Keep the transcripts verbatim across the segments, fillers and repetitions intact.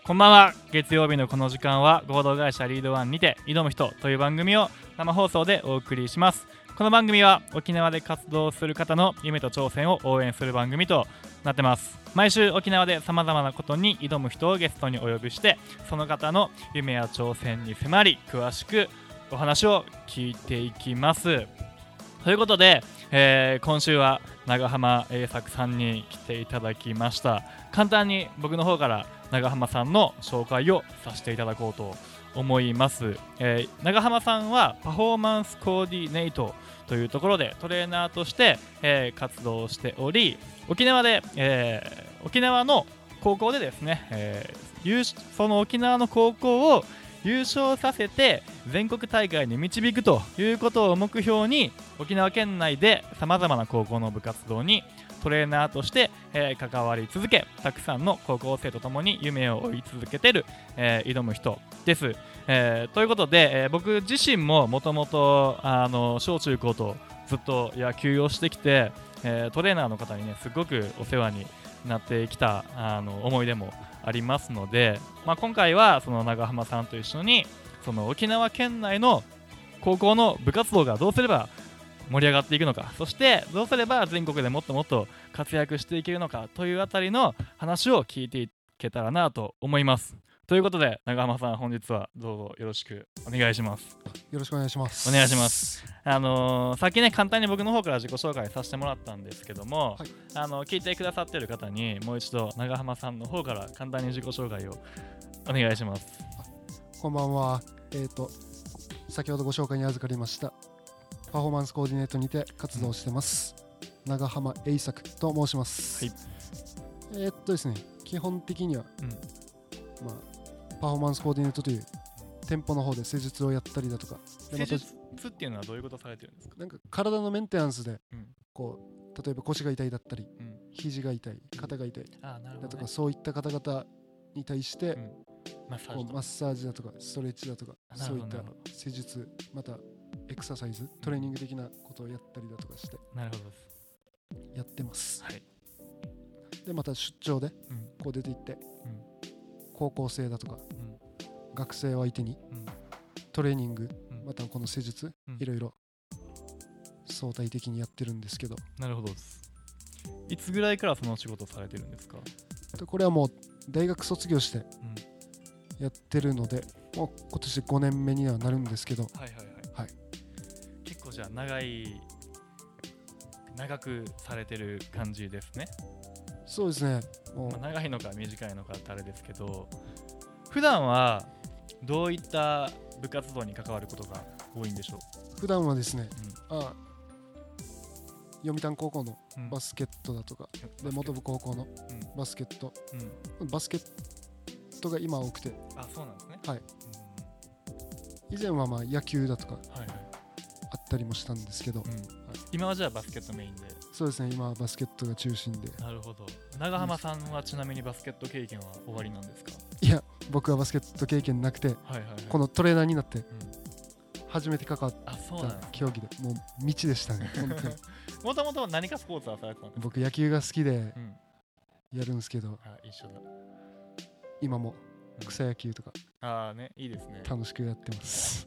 こんばんは。月曜日のこの時間は合同会社リードワンにて挑む人という番組を生放送でお送りします。この番組は沖縄で活動する方の夢と挑戦を応援する番組となってます。毎週沖縄で様々なことに挑む人をゲストにお呼びして、その方の夢や挑戦に迫り、詳しくお話を聞いていきます。ということで、えー、今週は長浜栄作さんに来ていただきました。簡単に僕の方から長浜さんの紹介をさせていただこうと思います。えー、長浜さんはパフォーマンスコーディネートというところでトレーナーとして、えー、活動しており、沖縄で、えー、沖縄の高校でですね、えー、その沖縄の高校を優勝させて全国大会に導くということを目標に、沖縄県内でさまざまな高校の部活動にトレーナーとして、えー、関わり続け、たくさんの高校生とともに夢を追い続けている、えー、挑む人です。えー、ということで、えー、僕自身ももともと小中高とずっと野球をしてきて、えー、トレーナーの方にねすごくお世話になってきたあの思い出もありますので、まあ、今回はその長浜さんと一緒にその沖縄県内の高校の部活動がどうすれば盛り上がっていくのか、そしてどうすれば全国でもっともっと活躍していけるのかというあたりの話を聞いていけたらなと思います。ということで長浜さん、本日はどうぞよろしくお願いします。 よろしくお願いします。 お願いします。あのー、さっきね簡単に僕の方から自己紹介させてもらったんですけども、はい、あの聞いてくださっている方にもう一度長浜さんの方から簡単に自己紹介をお願いします。 こんばんは。えーと先ほどご紹介に預かりましたパフォーマンスコーディネートにて活動してます、うん、長浜栄作と申します。はい、えー、っとですね基本的には、うん、まあパフォーマンスコーディネートという店舗の方で施術をやったりだとか。 施術っていうのはどういうことされてるんですか？ なんか体のメンテナンスで、うん、こう例えば腰が痛いだったり、うん、肘が痛い、肩が痛いだとか、ね、そういった方々に対して、うん、マッサージ、マッサージだとかストレッチだとか、そういった施術、またエクササイズ、トレーニング的なことをやったりだとかして、 なるほどです。 やってます。 はい、 でまた出張でこう出て行って、うん、高校生だとか、うん、学生を相手に、うん、トレーニング、うん、またこの施術、うん、いろいろ相対的にやってるんですけど。 なるほどです。いつぐらいからその仕事されてるんですか？ これはもう大学卒業してやってるので、うん、もう今年ごねんめにはなるんですけど、 はいはいはいはい、結構じゃあ長い長くされてる感じですね。 そうですね。もう、 まあ、長いのか短いのかってあれですけど、普段はどういった部活動に関わることが多いんでしょう？ 普段はですね、うん、あ読谷高校のバスケットだとか、うん、で元部高校のバスケット、うん、バスケットが今多くて。 あ、そうなんですね。 はい、うん、以前はまあ野球だとか、はいはい、あったりもしたんですけど、うん、はい、 今はじゃあバスケットメインで。 そうですね、今はバスケットが中心で。 なるほど。長浜さんはちなみにバスケット経験は終わりなんですか？ いや、僕はバスケット経験なくて、はいはいはい、このトレーナーになって、うん、初めて関わった競技で、もう未知でしたね。本当にもともと何かスポーツはされてたんですか？ 僕野球が好きでやるんですけど、うん、 あ、一緒だ。 今も草野球とか、 うん、ああね、いいですね。 楽しくやってます。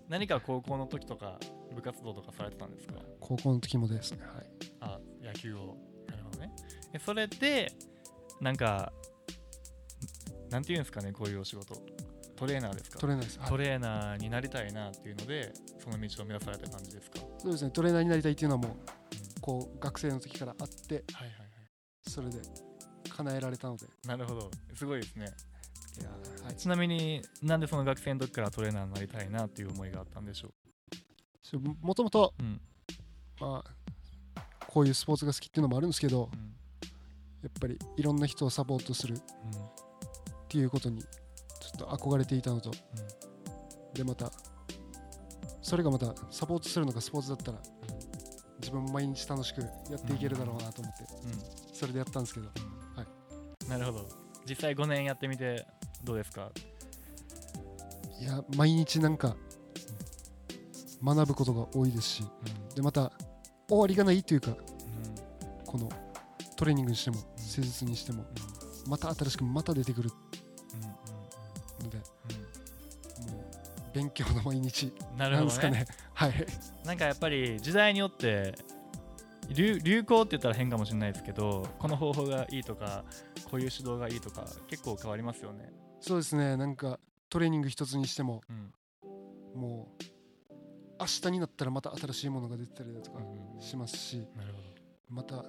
何か高校の時とか部活動とかされてたんですか？ 高校の時もですね。はい。 あ、野球を。なるほどね。え、それでなんかなんていうんですかね、こういうお仕事。トレーナーですか？ トレーナーです。 はい、トレーナーになりたいなっていうのでその道を目指された感じですか？ そうですね。トレーナーになりたいっていうのはもう、うん、こう学生の時からあって、はいはいはい、それで叶えられたので。 なるほど、すごいですね。いや、はい、ちなみになんでその学生の時からトレーナーになりたいなっていう思いがあったんでしょう？もともと、まあ、こういうスポーツが好きっていうのもあるんですけど、うん、やっぱりいろんな人をサポートするっていうことにちょっと憧れていたのと、うん、でまたそれがまたサポートするのがスポーツだったら、うん、自分も毎日楽しくやっていけるだろうなと思って、うん、それでやったんですけど、うん、はい。 なるほど。実際ごねんやってみてどうですか？ いや、毎日なんか学ぶことが多いですし、うん、でまた終わりがないというか、うん、このトレーニングにしても施術にしても、うん、また新しくまた出てくる、うんうんうん、 勉強の毎日なるほどね。 なんですかね。はい。 なんかやっぱり時代によって流, 流行って言ったら変かもしれないですけど、この方法がいいとかこういう指導がいいとか結構変わりますよね。 そうですね。なんかトレーニング一つにしても、うん、もう明日になったらまた新しいものが出てたりだとかしますし、うん、なるほど。また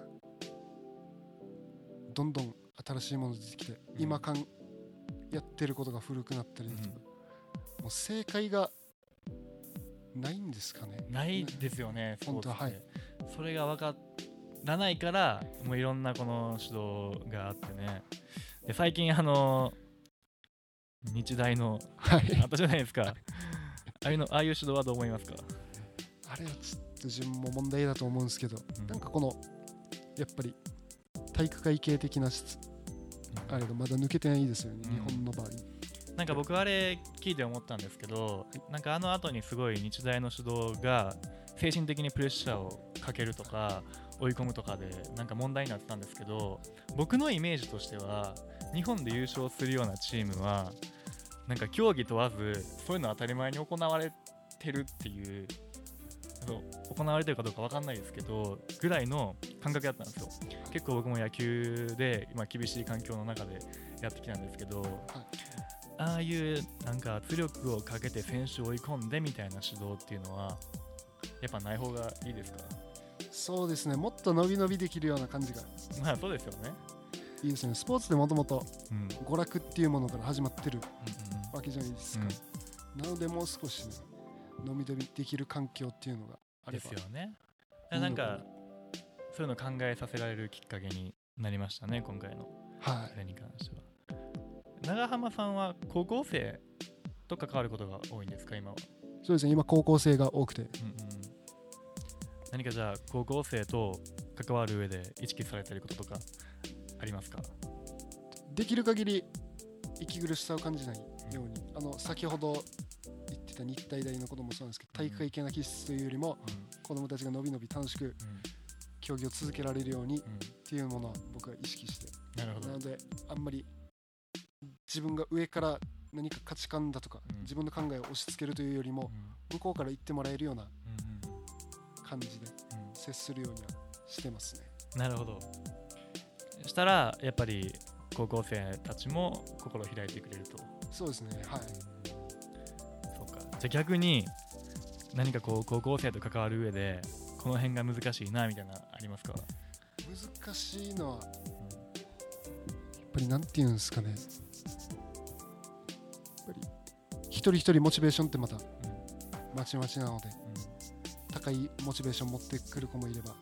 どんどん新しいもの出てきて、うん、今かんやってることが古くなったりだとか、うん、もう正解がないんですかね。 ないですよね、 本当は。はい。 それが分からないからもういろんなこの指導があってね。で最近あの日大の、はい、あったじゃないですか。ああいうの、ああいう指導はどう思いますか？ あれはちょっと自分も問題だと思うんですけど、うん、なんかこのやっぱり体育会系的な質、うん、あれがまだ抜けてないですよね、うん、日本の場合。 なんか僕あれ聞いて思ったんですけど、なんかあの後にすごい日大の指導が精神的にプレッシャーをかけるとか追い込むとかでなんか問題になってたんですけど、僕のイメージとしては日本で優勝するようなチームはなんか競技問わずそういうの当たり前に行われてるっていう、行われてるかどうか分かんないですけどぐらいの感覚だったんですよ。結構僕も野球で今厳しい環境の中でやってきたんですけど、はい、ああいうなんか圧力をかけて選手を追い込んでみたいな指導っていうのはやっぱない方がいいですか？ そうですね、もっと伸び伸びできるような感じが。 まあそうですよね。 いいですね。スポーツでもともと娯楽っていうものから始まってるわけじゃないですか、うんうん、なのでもう少し、ね、伸び伸びできる環境っていうのがあればですよね。なんかそういうの考えさせられるきっかけになりましたね、今回のそれに関しては。長浜さんは高校生と関わることが多いんですか、今は？ そうですね、今高校生が多くて、うんうん、 何かじゃあ高校生と関わる上で意識されていることとかありますか？ できる限り息苦しさを感じないように、あの先ほど言ってた日体大のこともそうなんですけど、体育会系な気質というよりも、うん、子どもたちがのびのび楽しく、うん、競技を続けられるように、うん、っていうものは僕は意識して、なるほど。なのであんまり自分が上から何か価値観だとか、うん、自分の考えを押し付けるというよりも、うん、向こうから言ってもらえるような感じで接するようにはしてますね。 なるほど。したらやっぱり高校生たちも心を開いてくれると。 そうですね、はい。 そうか。じゃあ逆に何かこう高校生と関わる上でこの辺が難しいなみたいなありますか？ 難しいのは、うん、やっぱりなんていうんですかね、やっぱり一人一人モチベーションってまたまちまちなので、うん、高いモチベーション持ってくる子もいれば、ま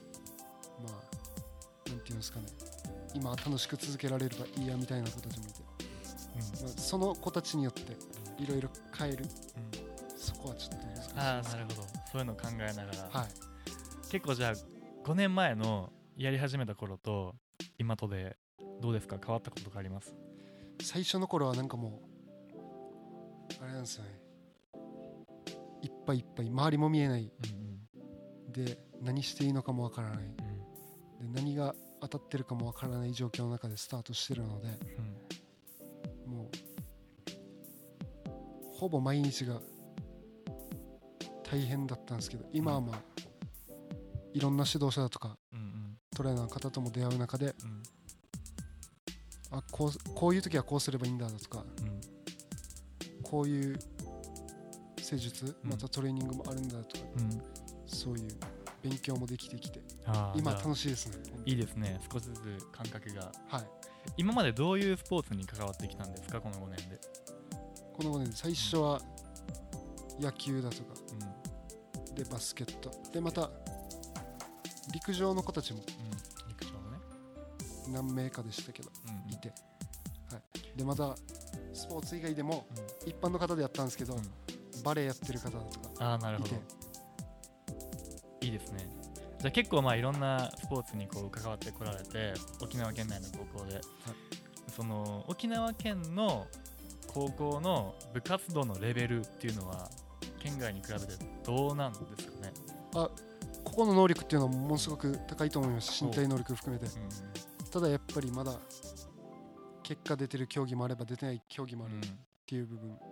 あなんていうんですかね、今楽しく続けられればいいやみたいな子たちもいて、うん、まあ、その子たちによっていろいろ変える、うん、そこはちょっと難しいです。 ああ、なるほど。そういうのを考えながら、はい、結構じゃあごねんまえのやり始めた頃と今とでどうですか？変わったことがあります？ 最初の頃はなんかもうあれなんですよね、いっぱいいっぱい周りも見えない、うんうん、で何していいのかもわからない、うん、で何が当たってるかもわからない状況の中でスタートしてるので、うん、もうほぼ毎日が大変だったんですけど、今はまあ、うん、いろんな指導者だとか、うんうん、トレーナーの方とも出会う中で、うん、あ こ, うこういう時はこうすればいいんだとか、うん、こういう施術、またトレーニングもあるんだとか、うん、そういう勉強もできてきて、今楽しいですね。 いいですね。少しずつ感覚が、はい、今までどういうスポーツに関わってきたんですか、このごねんで？ このごねんで最初は野球だとか、うん、でバスケットで、また陸上の子たちも、うん、陸上のね何名かでしたけど、うん、いて、はい、でまたスポーツ以外でも、うん、一般の方でやったんですけど、うん、バレエやってる方だとかいて。 あー、なるほど。いいですね。じゃあ結構まあいろんなスポーツにこう関わってこられて、沖縄県内の高校で、はい、その沖縄県の高校の部活動のレベルっていうのは県外に比べてどうなんですかね？ あ、ここの能力っていうのはものすごく高いと思います。身体能力含めて、うん、ただやっぱりまだ結果出てる競技もあれば出てない競技もあるっていう部分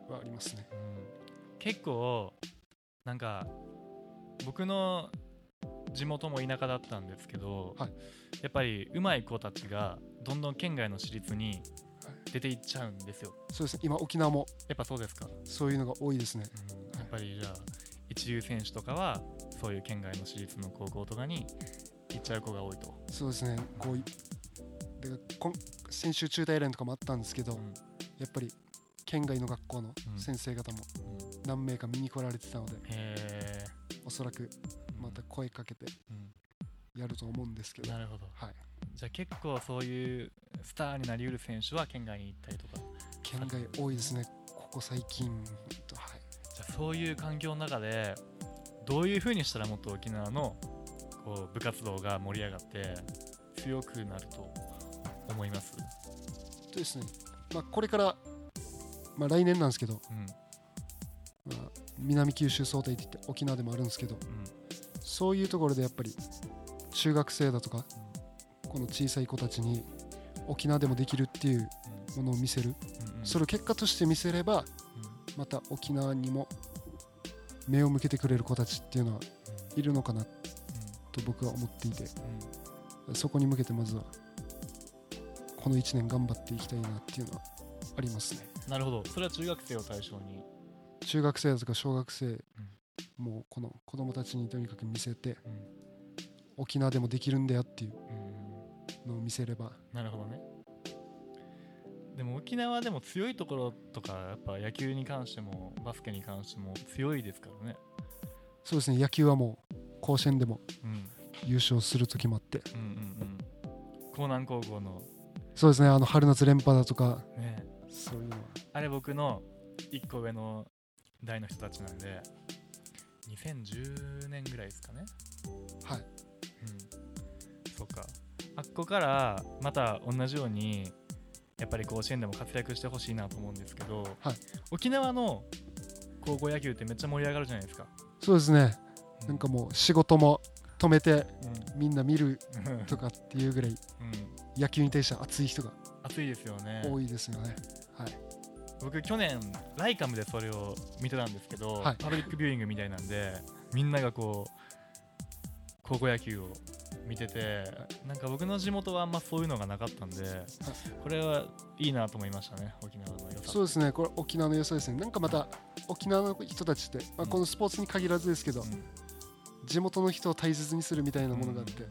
はありますね、 うん、結構なんか僕の地元も田舎だったんですけど、はい、やっぱり上手い子たちがどんどん県外の私立に出ていっちゃうんですよ。 そうですね、今沖縄もやっぱそうですか。 そういうのが多いですね、 うん、やっぱりじゃあ一流選手とかはそういう県外の私立の高校とかに行っちゃう子が多いと。 そうですね、こういでこ先週中大連とかもあったんですけど、うん、やっぱり県外の学校の先生方も何名か見に来られてたので、うん、へー、おそらくまた声かけてやると思うんですけど、 うん、なるほど、 はい、 じゃあ結構そういうスターになりうる選手は県外に行ったりとか。 県外多いですね、ここ最近、はい、 じゃあそういう環境の中でどういう風にしたらもっと沖縄のこう部活動が盛り上がって強くなると思います？ そうですね、まあ、これから、まあ、来年なんですけど、うん、まあ、南九州総体って言って沖縄でもあるんですけど、うん、そういうところでやっぱり中学生だとか、うん、この小さい子たちに沖縄でもできるっていうものを見せる、うんうん、それを結果として見せれば、うん、また沖縄にも目を向けてくれる子たちっていうのはいるのかなと僕は思っていて、うん、そこに向けてまずはこのいちねん頑張っていきたいなっていうのはありますね。 なるほど、それは中学生を対象に。 中学生だとか小学生、うん、もうこの子供たちにとにかく見せて、うん、沖縄でもできるんだよっていうのを見せれば、 うん、なるほどね。でも沖縄でも強いところとかやっぱ野球に関してもバスケに関しても強いですからね。 そうですね、野球はもう甲子園でも優勝する時もあって、うんうんうん、 江南高校のそうですね、あの春夏連覇だとか、ね、そういうのはあれ僕のいっこ上の代の人たちなんでにせんじゅうねんぐらいですかね。 はい、うん、 そっか。あっこからまた同じようにやっぱり甲子園でも活躍してほしいなと思うんですけど、はい、沖縄の高校野球ってめっちゃ盛り上がるじゃないですか。 そうですね、うん、なんかもう仕事も止めて、うん、みんな見るとかっていうぐらい、うん、野球に対して熱い人が熱いですよね。 多いですよね。はい、 僕去年ライカムでそれを見てたんですけど、はい、パブリックビューイングみたいなんでみんながこう高校野球を見てて、はい、なんか僕の地元はあんまそういうのがなかったんで、はい、これはいいなと思いましたね、沖縄の良さ。 そうですね、これ沖縄の良さですね。なんかまた沖縄の人たちって、まあ、このスポーツに限らずですけど、うん、地元の人を大切にするみたいなものがあって、うん、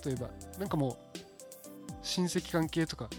例えばなんかもう親戚関係とか、うん、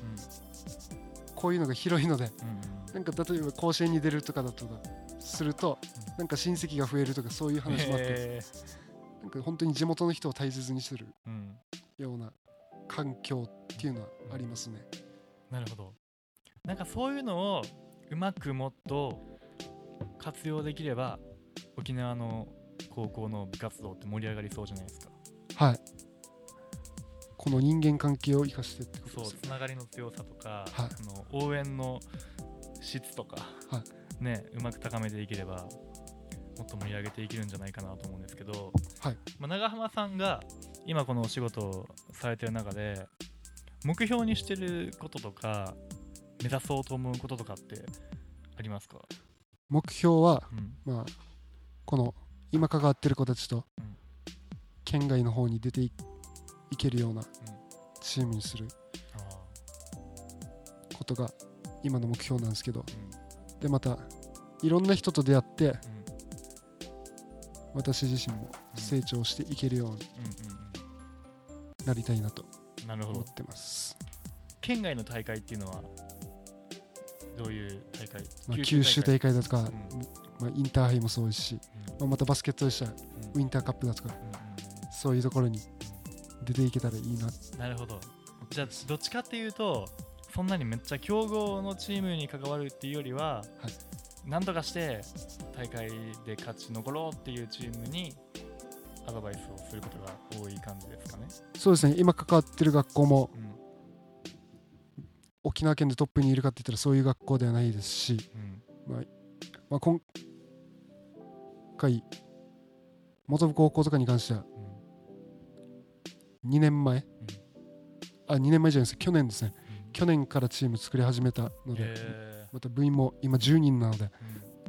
こういうのが広いので、うん、なんか例えば甲子園に出るとかだとかすると、うん、なんか親戚が増えるとかそういう話もあって、なんか本当に地元の人を大切にするような環境っていうのはありますね。 なるほど。なんかそういうのをうまくもっと活用できれば沖縄の高校の部活動って盛り上がりそうじゃないですか。 はい、この人間関係を生かしてってことですね。 そう、つながりの強さとか、はい、その応援の質とか、はいね、うまく高めていければもっと盛り上げていけるんじゃないかなと思うんですけど、はい、まあ、長浜さんが今このお仕事をされてる中で目標にしてることとか目指そうと思うこととかってありますか？ 目標は、うん、まあ、この今関わってる子たちと、うん、県外の方に出て い, いけるようなチームにすることが今の目標なんですけど、うん、でまたいろんな人と出会って、うん、私自身も成長していけるようになりたいなと思ってます。 県外の大会っていうのはどういう大会？ まあ、九州大会だとか、うん、まあ、インターハイもそうですし、うん、まあ、またバスケットでしたら、うん、ウィンターカップだとか、うん、そういうところに出ていけたらいいな。 なるほど。じゃあどっちかっていうとそんなにめっちゃ強豪のチームに関わるっていうよりは、はい、なんとかして大会で勝ち残ろうっていうチームにアドバイスをすることが多い感じですかね。 そうですね、今関わってる学校も、うん、沖縄県でトップにいるかって言ったらそういう学校ではないですし、うん、まあまあ、今回本部高校とかに関しては、うん、にねんまえ、うん、あにねんまえじゃないです、去年ですね、うん、去年からチーム作り始めたので、また部員も今じゅうにんなので、うん、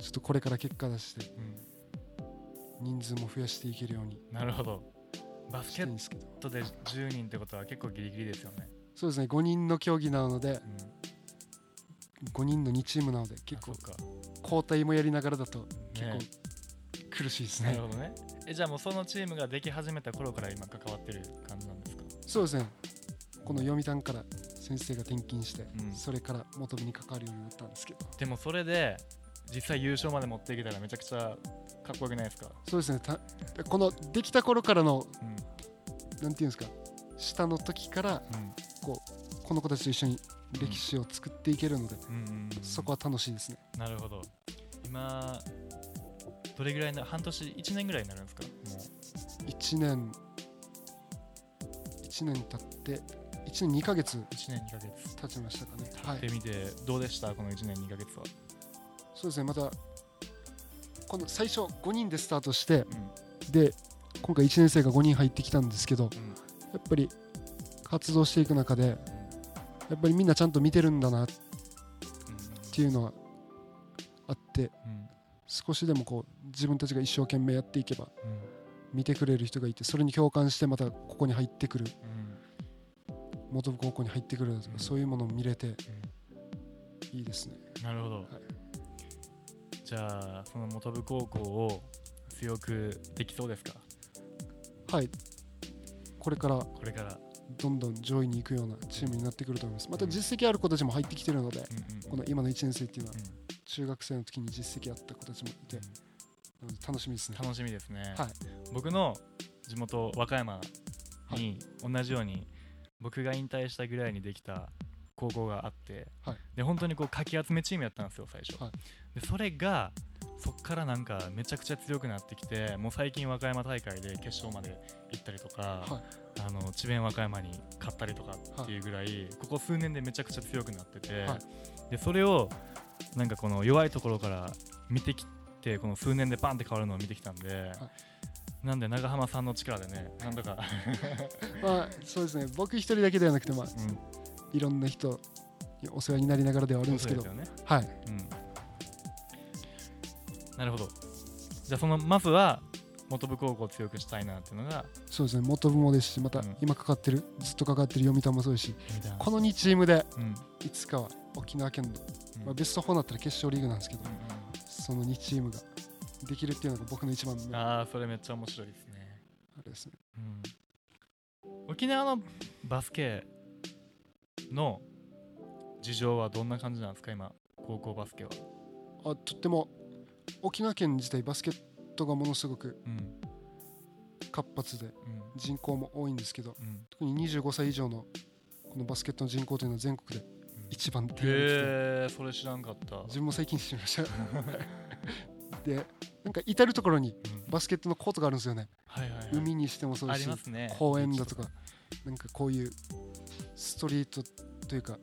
ちょっとこれから結果出して人数も増やしていけるように、 うん、なるほど。バスケットでじゅうにんってことは結構ギリギリですよね。 そうですね、ごにんの競技なので、うん、ごにんのにチームなので結構交代もやりながらだと結構苦しいですね。 なるほどね。え、じゃあもうそのチームができ始めた頃から今関わってる感じなんですか？ そうですね、この読谷から先生が転勤して、うん、それから元部に関わるようになったんですけど。 でもそれで実際優勝まで持っていけたらめちゃくちゃかっこよくないですか？ そうですね、たこのできた頃からの、うん、なんていうんですか、下の時から、うん、こうこの子たちと一緒に歴史を作っていけるので、うん、そこは楽しいですね。 なるほど。今どれぐらいな、半年いちねんぐらいになるんですか？もういちねんいちねん経っていちねんにかげついちねんにかげつ経ちましたかね。 経ってみてどうでした、このいちねんにかげつは？ そうですね、またこの最初ごにんでスタートして、うん、で今回いちねん生がごにん入ってきたんですけど、うん、やっぱり活動していく中で、うん、やっぱりみんなちゃんと見てるんだなっていうのはあって、うん、少しでもこう自分たちが一生懸命やっていけば、うん、見てくれる人がいて、それに共感してまたここに入ってくる、うん、元部高校に入ってくるとか、うん、そういうものを見れて、うん、いいですね。 なるほど、はい、じゃあその元部高校を強くできそうですか？ はい、これからこれからどんどん上位に行くようなチームになってくると思います。また実績ある子たちも入ってきてるので、うんうん、この今のいちねん生っていうのは中学生の時に実績あった子たちもいて、うん、楽しみですね。 楽しみですね、 はい、 僕の地元和歌山に同じように僕が引退したぐらいにできた高校があって、はい、で本当にこうかき集めチームやったんですよ最初、はい、でそれがそっからなんかめちゃくちゃ強くなってきて、もう最近和歌山大会で決勝まで行ったりとか、はい、あの智弁和歌山に勝ったりとかっていうぐらい、はい、ここ数年でめちゃくちゃ強くなってて、はい、でそれをなんかこの弱いところから見てきて、この数年でバンって変わるのを見てきたんで、はい、なんで長浜さんの力でね、なんとかまあそうですね、僕一人だけではなくて、まあ、うん、いろんな人にお世話になりながらではあるんですけど、 そうですよね、 はい、 うん、なるほど。じゃあそのまずは元部高校を強くしたいなっていうのが、 そうですね、元部もですし、また今かかってる、うん、ずっとかかってる読谷もそうですし、このにチームでいつかは沖縄県の、うん、まあ、ベストフォーになったら決勝リーグなんですけど、うんうん、そのにチームができるっていうのが僕の一番の。 ああ、それめっちゃ面白いですね。 あれですね、 うん、沖縄のバスケの事情はどんな感じなんですか今、高校バスケは？ あ、とっても沖縄県自体バスケットがものすごく活発で、人口も多いんですけど、うん、特ににじゅうごさい以上のこのバスケットの人口というのは全国で一番っていうのが来て、 へー、それ知らんかった。 自分も最近知りましたで、なんか至る所にバスケットのコートがあるんですよね、 はいはいはい、 海にしてもそうですし、ね、公園だとか、なんかこういうストリートというか、うん、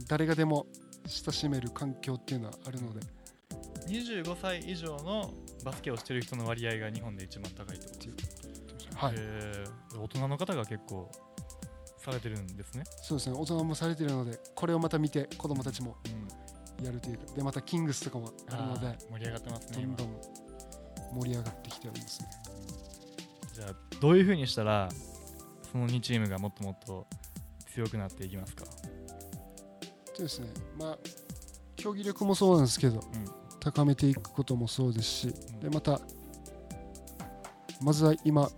誰がでも親しめる環境っていうのはあるので、 にじゅうごさい以上のバスケをしてる人の割合が日本で一番高いってことですか？はい、えー、大人の方が結構されてるんですね。 そうですね、大人もされてるので、これをまた見て子供たちもやるというか、でまたキングスとかもあるので、 盛り上がってますね。 どんどん盛り上がってきておりますね。 じゃあどういう風にしたらそのにチームがもっともっと強くなっていきますか？ そうですね、まあ競技力もそうなんですけど、うん、高めていくこともそうですし、うん、でまたまずは今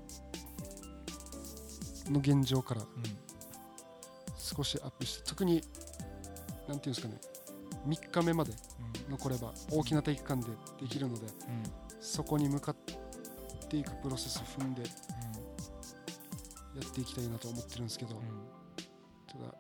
の現状から少しアップして、特になんていうんですかね、みっかめまで残れば大きな体育館でできるので、うん、そこに向かっていくプロセスを踏んでやっていきたいなと思ってるんですけど、うん、ただ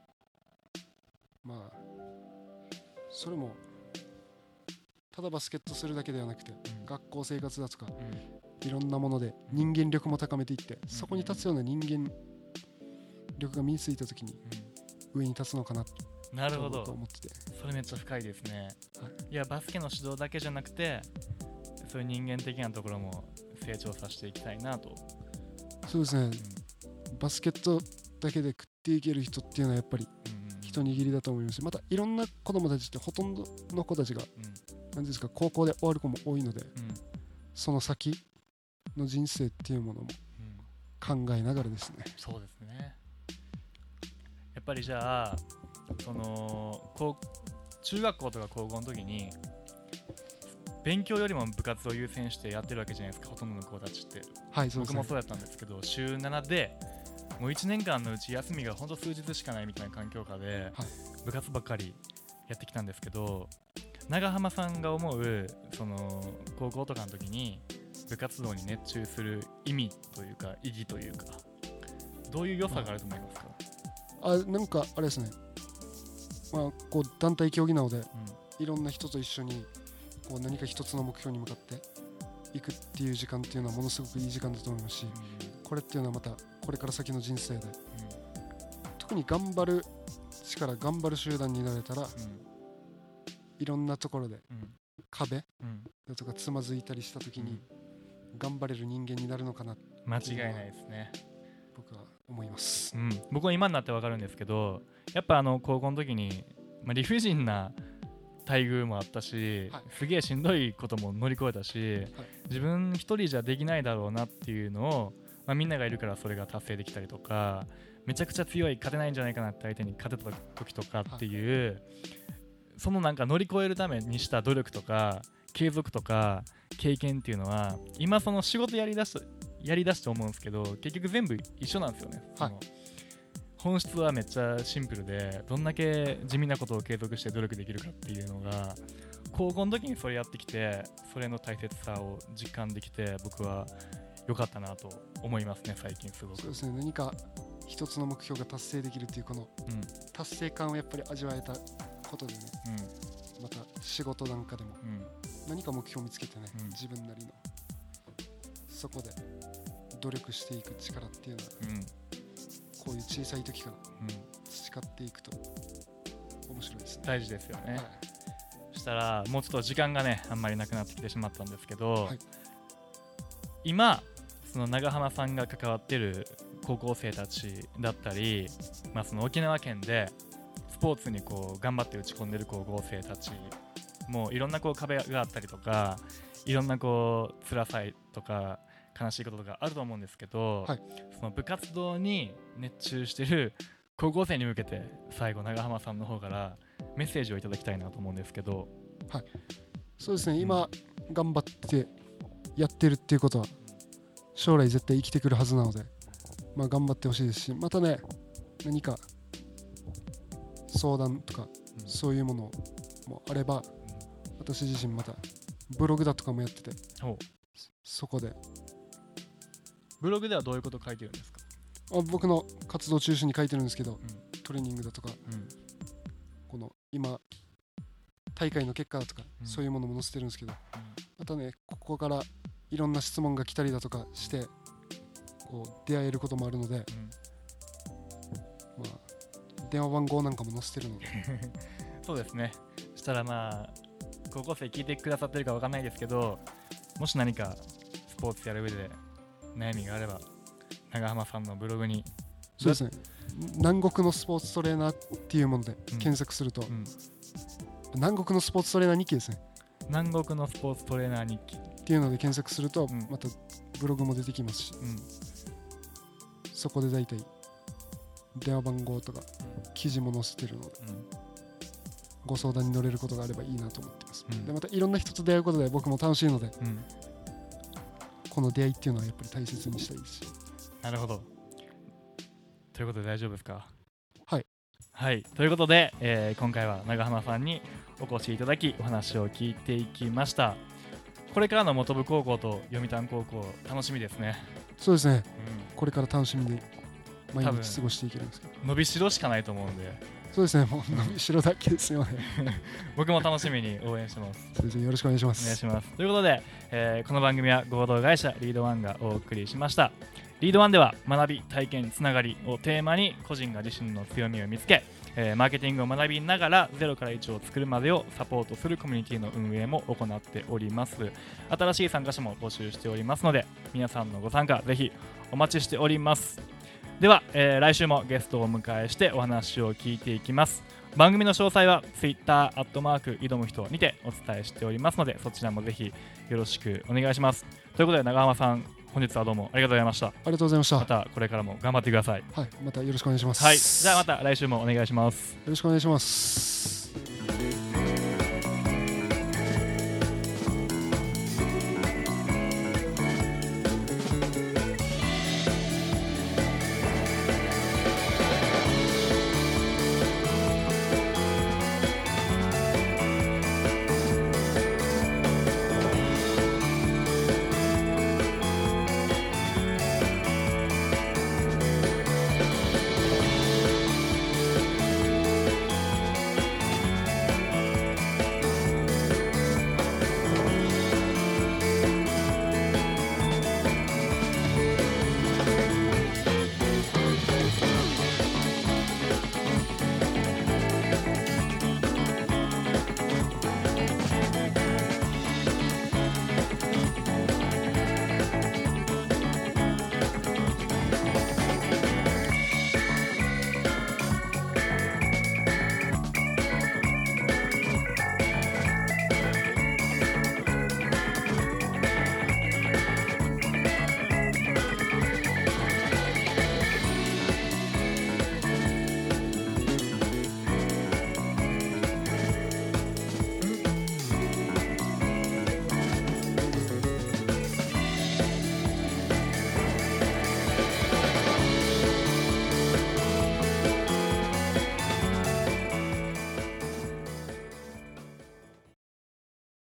まあそれもただバスケットするだけではなくて、うん、学校生活だとか、うん、いろんなもので人間力も高めていって、うん、そこに立つような人間力が身についたときに上に立つのかなと思ってて、 それめっちゃ深いですね、はい、いやバスケの指導だけじゃなくてそういう人間的なところも成長させていきたいなと。 そうですね、うん、バスケットだけで食っていける人っていうのはやっぱり一握りだと思いますし、またいろんな子供たちってほとんどの子たちが何ですか高校で終わる子も多いので、 うん、 その先の人生っていうものも考えながらですね、 うん、そうですね。やっぱりじゃあそのこう中学校とか高校の時に勉強よりも部活を優先してやってるわけじゃないですか、ほとんどの子たちって。 はい、そうですね。 僕もそうやったんですけど、週ななでもういちねんかんのうち休みがほんと数日しかないみたいな環境下で、はい、部活ばっかりやってきたんですけど、長浜さんが思うその高校とかの時に部活動に熱中する意味というか意義というか、どういう良さがあると思いますか？ あ、なんかあれですね、まあ、こう団体競技なので、うん、いろんな人と一緒にこう何か一つの目標に向かっていくっていう時間っていうのはものすごくいい時間だと思いますし、うん、これっていうのはまたこれから先の人生で、うん、特に頑張る力頑張る集団になれたら、うん、いろんなところで、うん、壁、うん、だとかつまずいたりした時に、うん、頑張れる人間になるのかなっていうのは間違いないですね、 僕は思います、 うん、僕は今になって分かるんですけど、やっぱあの高校の時に、まあ、理不尽な待遇もあったし、はい、すげえしんどいことも乗り越えたし、はい、自分一人じゃできないだろうなっていうのを、まあ、みんながいるからそれが達成できたりとか、めちゃくちゃ強い勝てないんじゃないかなって相手に勝てた時とかっていう、はい、そのなんか乗り越えるためにした努力とか継続とか経験っていうのは今その仕事やりだしやりだして思うんですけど、結局全部一緒なんですよね、はい、その本質はめっちゃシンプルで、どんだけ地味なことを継続して努力できるかっていうのが高校の時にそれやってきて、それの大切さを実感できて、僕は良かったなと思いますね、最近すごく。 そうですね、何か一つの目標が達成できるっていうこの達成感をやっぱり味わえたことでね、うん、また仕事なんかでも何か目標を見つけてね、うん、自分なりのそこで努力していく力っていうのは、うん、こういう小さい時から培っていくと面白いですね。 大事ですよね、はい、そしたらもうちょっと時間がねあんまりなくなってきてしまったんですけど、はい、今その長浜さんが関わってる高校生たちだったり、まあ、その沖縄県でスポーツにこう頑張って打ち込んでる高校生たちもういろんなこう壁があったりとか、いろんなこう辛さとか悲しいこととかあると思うんですけど、はい、その部活動に熱中してる高校生に向けて最後長浜さんの方からメッセージをいただきたいなと思うんですけど。 はい、そうですね、今、うん、頑張ってやってるっていうことは将来絶対生きてくるはずなので、まあ、頑張ってほしいですし、またね何か相談とか、うん、そういうものもあれば、うん、私自身またブログだとかもやってて、そこでブログではどういうこと書いてるんですか？ あ、僕の活動中心に書いてるんですけど、うん、トレーニングだとか、うん、この今大会の結果だとか、うん、そういうものも載せてるんですけど、うん、またねここからいろんな質問が来たりだとかしてこう出会えることもあるので、うん、まあ電話番号なんかも載せてるのでそうですね。そしたらまあ高校生聞いてくださってるか分かんないですけど、もし何かスポーツやる上で悩みがあれば長浜さんのブログに。 そうですね、南国のスポーツトレーナーっていうもので検索すると、うんうん、南国のスポーツトレーナー日記ですね。 南国のスポーツトレーナー日記っていうので検索すると、うん、またブログも出てきますし、うん、そこでだいたい電話番号とか記事も載せてるので、うん、ご相談に乗れることがあればいいなと思ってます、うん、でまたいろんな人と出会うことで僕も楽しいので、うん、この出会いっていうのはやっぱり大切にしたいですし。 なるほど。ということで大丈夫ですか？ はい、 はい、ということで、えー、今回は長浜さんにお越しいただきお話を聞いていきました。これからの本部高校と読谷高校楽しみですね。 そうですね、うん、これから楽しみで毎日過ごしていけるんですけど、 伸びしろしかないと思うんで。 そうですね、もう伸びしろだけですよね僕も楽しみに応援してます。 そうですね、よろしくお願いします。 お願いします。ということで、えー、この番組は合同会社リードワンがお送りしました。リードワンでは学び、体験、つながりをテーマに個人が自身の強みを見つけ、えー、マーケティングを学びながらゼロからいちを作るまでをサポートするコミュニティの運営も行っております。新しい参加者も募集しておりますので、皆さんのご参加ぜひお待ちしております。では、えー、来週もゲストをお迎えしてお話を聞いていきます。 番組の詳細は Twitter アットマーク挑む人にてお伝えしておりますので、そちらもぜひよろしくお願いします。ということで長濱さん、本日はどうもありがとうございました。ありがとうございました。 またこれからも頑張ってください。 はい、またよろしくお願いします。 はい、じゃあまた来週もお願いします。 よろしくお願いします。